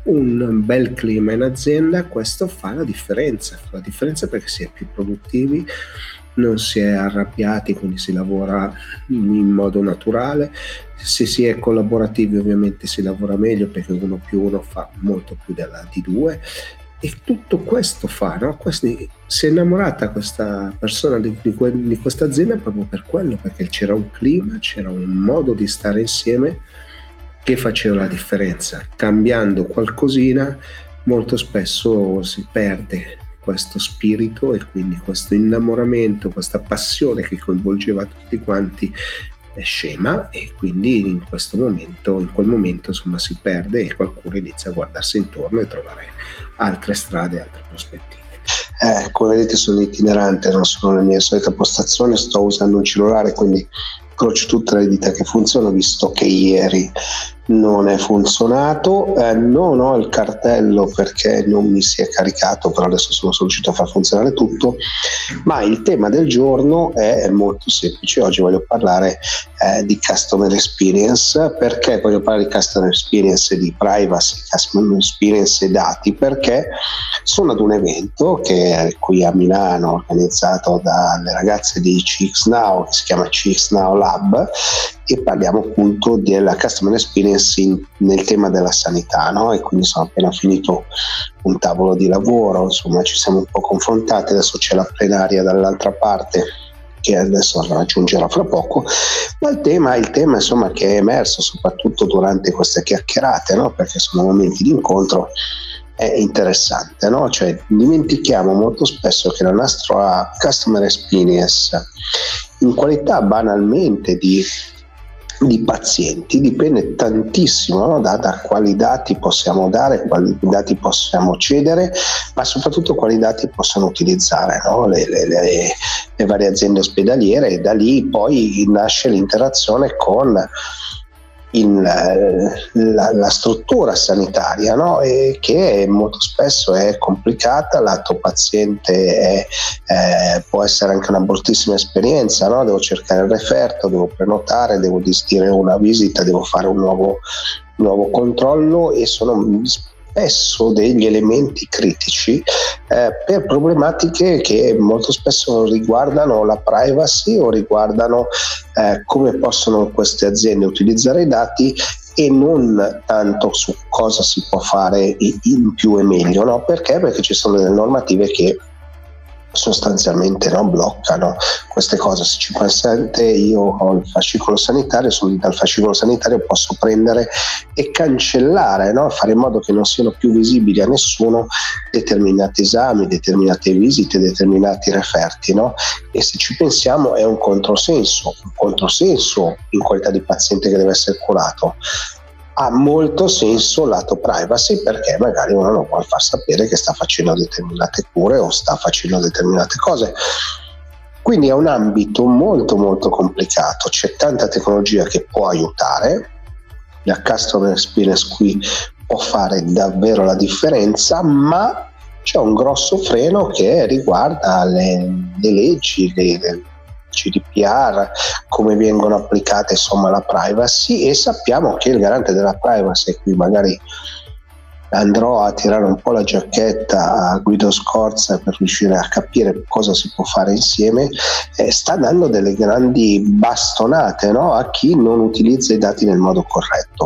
un bel clima in azienda. Questo fa la differenza, fa la differenza perché si è più produttivi, non si è arrabbiati, quindi si lavora in modo naturale. Se si è collaborativi ovviamente si lavora meglio, perché uno più uno fa molto più della di due, e tutto questo fa, no? Questi, si è innamorata questa persona di, di, di questa azienda proprio per quello, perché c'era un clima, c'era un modo di stare insieme che faceva la differenza. Cambiando qualcosina molto spesso si perde questo spirito, e quindi questo innamoramento, questa passione che coinvolgeva tutti quanti è scema, e quindi in questo momento, in quel momento insomma si perde, e qualcuno inizia a guardarsi intorno e trovare altre strade, altre prospettive. Eh, come vedete sono itinerante, non sono nella mia solita postazione, sto usando un cellulare, quindi incrocio tutte le dita che funzionano, visto che ieri non è funzionato. Eh, non ho il cartello perché non mi si è caricato, però adesso sono riuscito a far funzionare tutto. Ma il tema del giorno è molto semplice. Oggi voglio parlare eh, di customer experience. Perché voglio parlare di customer experience e di privacy, customer experience e dati? Perché sono ad un evento che è qui a Milano, organizzato dalle ragazze di C X Now, che si chiama C X Now Lab, e parliamo appunto della customer experience in, nel tema della sanità, no? E quindi sono appena finito un tavolo di lavoro, insomma ci siamo un po' confrontati, adesso c'è la plenaria dall'altra parte che adesso raggiungerò fra poco, ma il tema, il tema insomma che è emerso soprattutto durante queste chiacchierate, no? Perché sono momenti di incontro, è interessante, no? Cioè dimentichiamo molto spesso che la nostra customer experience in qualità banalmente di di pazienti dipende tantissimo, no? da, da quali dati possiamo dare, quali dati possiamo cedere, ma soprattutto quali dati possono utilizzare, no? le, le, le, le varie aziende ospedaliere, e da lì poi nasce l'interazione con in la, la struttura sanitaria, no? E che molto spesso è complicata, lato paziente è, eh, può essere anche una bruttissima esperienza, no? Devo cercare il referto, devo prenotare, devo gestire una visita, devo fare un nuovo, nuovo controllo, e sono spesso degli elementi critici eh, per problematiche che molto spesso riguardano la privacy o riguardano eh, come possono queste aziende utilizzare i dati, e non tanto su cosa si può fare in più e meglio, no? Perché? Perché ci sono delle normative che sostanzialmente no, bloccano queste cose. Se ci pensate, io ho il fascicolo sanitario, dal fascicolo sanitario posso prendere e cancellare, no? Fare in modo che non siano più visibili a nessuno determinati esami, determinate visite, determinati referti, no? E se ci pensiamo è un controsenso, un controsenso in qualità di paziente che deve essere curato. Ha molto senso lato privacy, perché magari uno non vuole far sapere che sta facendo determinate cure o sta facendo determinate cose. Quindi è un ambito molto molto complicato, c'è tanta tecnologia che può aiutare, la customer experience qui può fare davvero la differenza, ma c'è un grosso freno che riguarda le, le leggi, le, le G D P R, come vengono applicate insomma la privacy, e sappiamo che il garante della privacy, qui magari andrò a tirare un po' la giacchetta a Guido Scorza per riuscire a capire cosa si può fare insieme, eh, sta dando delle grandi bastonate, no? A chi non utilizza i dati nel modo corretto,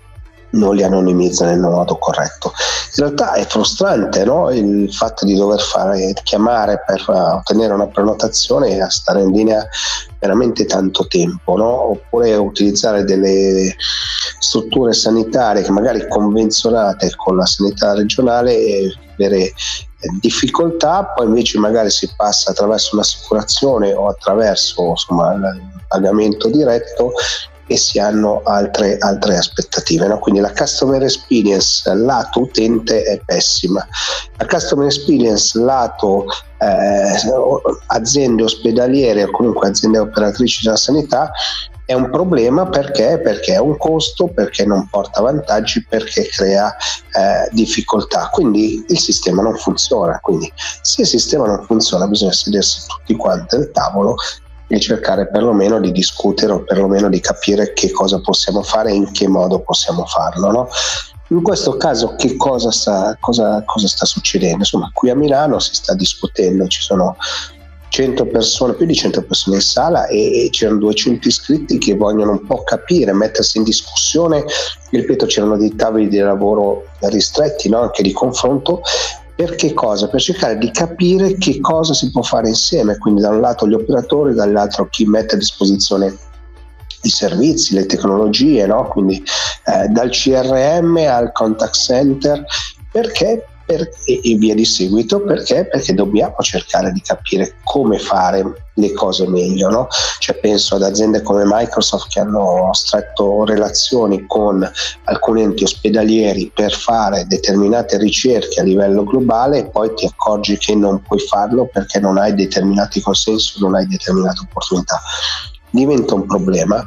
non li anonimizza nel modo corretto. In realtà è frustrante, no? Il fatto di dover fare chiamare per ottenere una prenotazione e a stare in linea veramente tanto tempo, no? Oppure utilizzare delle strutture sanitarie che magari convenzionate con la sanità regionale e avere difficoltà, poi invece magari si passa attraverso un'assicurazione o attraverso, insomma, il pagamento diretto e si hanno altre, altre aspettative, no? Quindi la customer experience lato utente è pessima, la customer experience lato eh, aziende ospedaliere o comunque aziende operatrici della sanità è un problema. Perché? Perché è un costo, perché non porta vantaggi, perché crea eh, difficoltà, quindi il sistema non funziona. Quindi se il sistema non funziona bisogna sedersi tutti quanti al tavolo e cercare perlomeno di discutere o perlomeno di capire che cosa possiamo fare e in che modo possiamo farlo, no? In questo caso che cosa sta, cosa, cosa sta succedendo? Insomma, qui a Milano si sta discutendo, ci sono cento persone, più di cento persone in sala e, e c'erano duecento iscritti che vogliono un po' capire, mettersi in discussione. Ripeto, c'erano dei tavoli di lavoro ristretti, no? Anche di confronto. Per che cosa? Per cercare di capire che cosa si può fare insieme, quindi da un lato gli operatori, dall'altro chi mette a disposizione i servizi, le tecnologie, no? Quindi eh, dal C R M al contact center, perché? Per, e, e via di seguito. Perché? Perché dobbiamo cercare di capire come fare le cose meglio, no? Cioè penso ad aziende come Microsoft che hanno stretto relazioni con alcuni enti ospedalieri per fare determinate ricerche a livello globale e poi ti accorgi che non puoi farlo perché non hai determinati consensi, non hai determinate opportunità. Diventa un problema.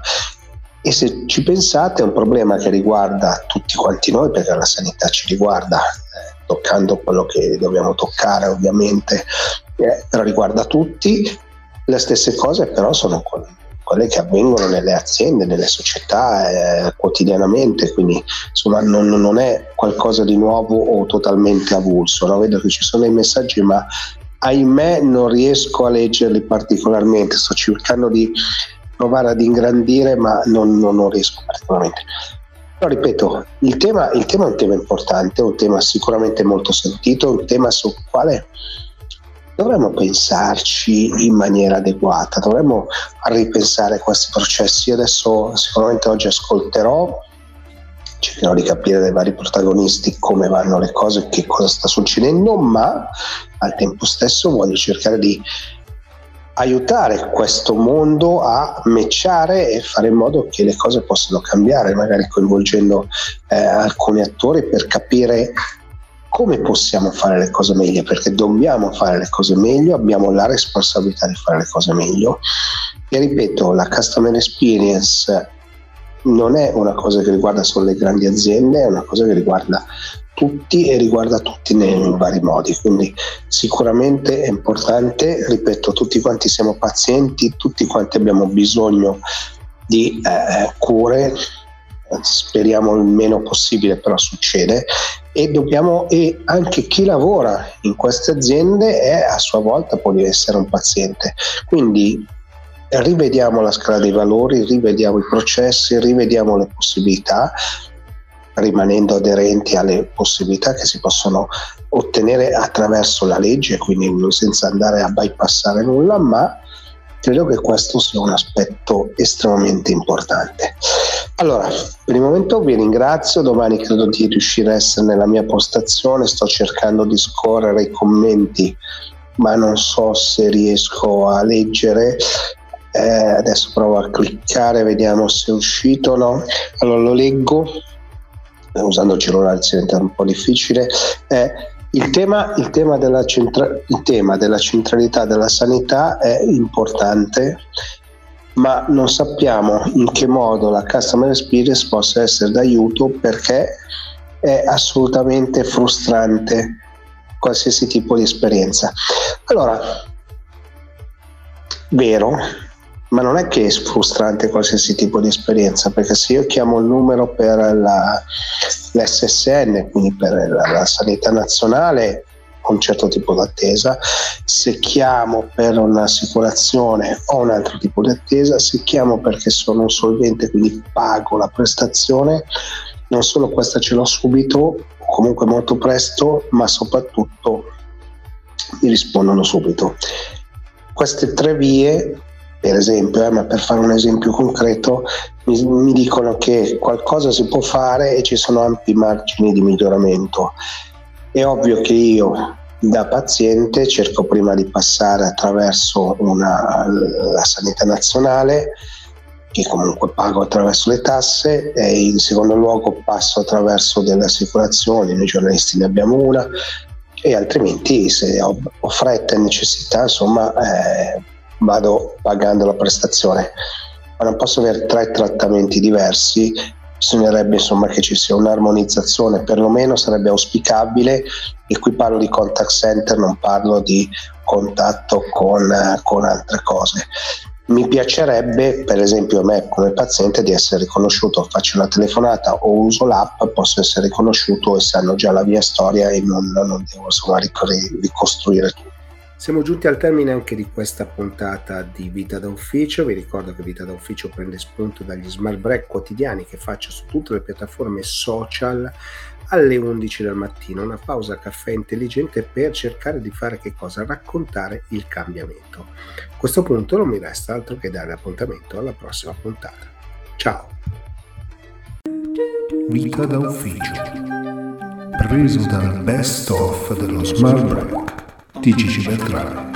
E se ci pensate è un problema che riguarda tutti quanti noi, perché la sanità ci riguarda, eh, toccando quello che dobbiamo toccare ovviamente, eh, però riguarda tutti. Le stesse cose però sono quelle che avvengono nelle aziende, nelle società eh, quotidianamente, quindi insomma non, non è qualcosa di nuovo o totalmente avulso, no? Vedo che ci sono dei messaggi ma ahimè non riesco a leggerli particolarmente, sto cercando di provare ad ingrandire ma non, non, non riesco particolarmente. Però ripeto, il tema, il tema è un tema importante, un tema sicuramente molto sentito, un tema sul quale dovremmo pensarci in maniera adeguata, dovremmo ripensare questi processi. Io adesso sicuramente oggi ascolterò, cercherò di capire dai vari protagonisti come vanno le cose, che cosa sta succedendo, ma al tempo stesso voglio cercare di aiutare questo mondo a matchare e fare in modo che le cose possano cambiare, magari coinvolgendo eh, alcuni attori per capire come possiamo fare le cose meglio, perché dobbiamo fare le cose meglio, abbiamo la responsabilità di fare le cose meglio. E ripeto, la customer experience non è una cosa che riguarda solo le grandi aziende, è una cosa che riguarda tutti e riguarda tutti nei vari modi, quindi sicuramente è importante. Ripeto, tutti quanti siamo pazienti, tutti quanti abbiamo bisogno di eh, cure, speriamo il meno possibile, però succede, e dobbiamo, e anche chi lavora in queste aziende è a sua volta può essere un paziente, quindi rivediamo la scala dei valori, rivediamo i processi, rivediamo le possibilità, rimanendo aderenti alle possibilità che si possono ottenere attraverso la legge, quindi senza andare a bypassare nulla, ma credo che questo sia un aspetto estremamente importante. Allora, per il momento vi ringrazio, domani credo di riuscire a essere nella mia postazione, sto cercando di scorrere i commenti, ma non so se riesco a leggere. Eh, adesso provo a cliccare, vediamo se è uscito o no. Allora lo leggo. Usando il cellulare diventa un po' difficile. Eh, il, tema, il, tema della centra- il tema della centralità della sanità è importante, ma non sappiamo in che modo la customer experience possa essere d'aiuto, perché è assolutamente frustrante qualsiasi tipo di esperienza. Allora, vero, ma non è che è frustrante qualsiasi tipo di esperienza, perché se io chiamo il numero per la, l'S S N, quindi per la, la sanità nazionale, ho un certo tipo di attesa, se chiamo per un'assicurazione ho un altro tipo di attesa, se chiamo perché sono un solvente, quindi pago la prestazione, non solo questa ce l'ho subito, comunque molto presto, ma soprattutto mi rispondono subito. Queste tre vie, per esempio, eh, ma per fare un esempio concreto, mi, mi dicono che qualcosa si può fare e ci sono ampi margini di miglioramento. È ovvio che io da paziente cerco prima di passare attraverso una, la sanità nazionale, che comunque pago attraverso le tasse, e in secondo luogo passo attraverso delle assicurazioni, noi giornalisti ne abbiamo una, e altrimenti se ho, ho fretta e necessità, insomma, eh, vado pagando la prestazione. Ma non posso avere tre trattamenti diversi, bisognerebbe insomma che ci sia un'armonizzazione, perlomeno sarebbe auspicabile, e qui parlo di contact center, non parlo di contatto con, con altre cose. Mi piacerebbe, per esempio a me come paziente, di essere riconosciuto, faccio una telefonata o uso l'app, posso essere riconosciuto e sanno già la mia storia e non, non devo insomma ricostruire tutto. Siamo giunti al termine anche di questa puntata di Vita da Ufficio. Vi ricordo che Vita da Ufficio prende spunto dagli smart break quotidiani che faccio su tutte le piattaforme social alle undici del mattino, una pausa caffè intelligente per cercare di fare che cosa? Raccontare il cambiamento. A questo punto non mi resta altro che dare appuntamento alla prossima puntata. Ciao! Vita da Ufficio, preso dal best of dello smart break. T G C Beltrame.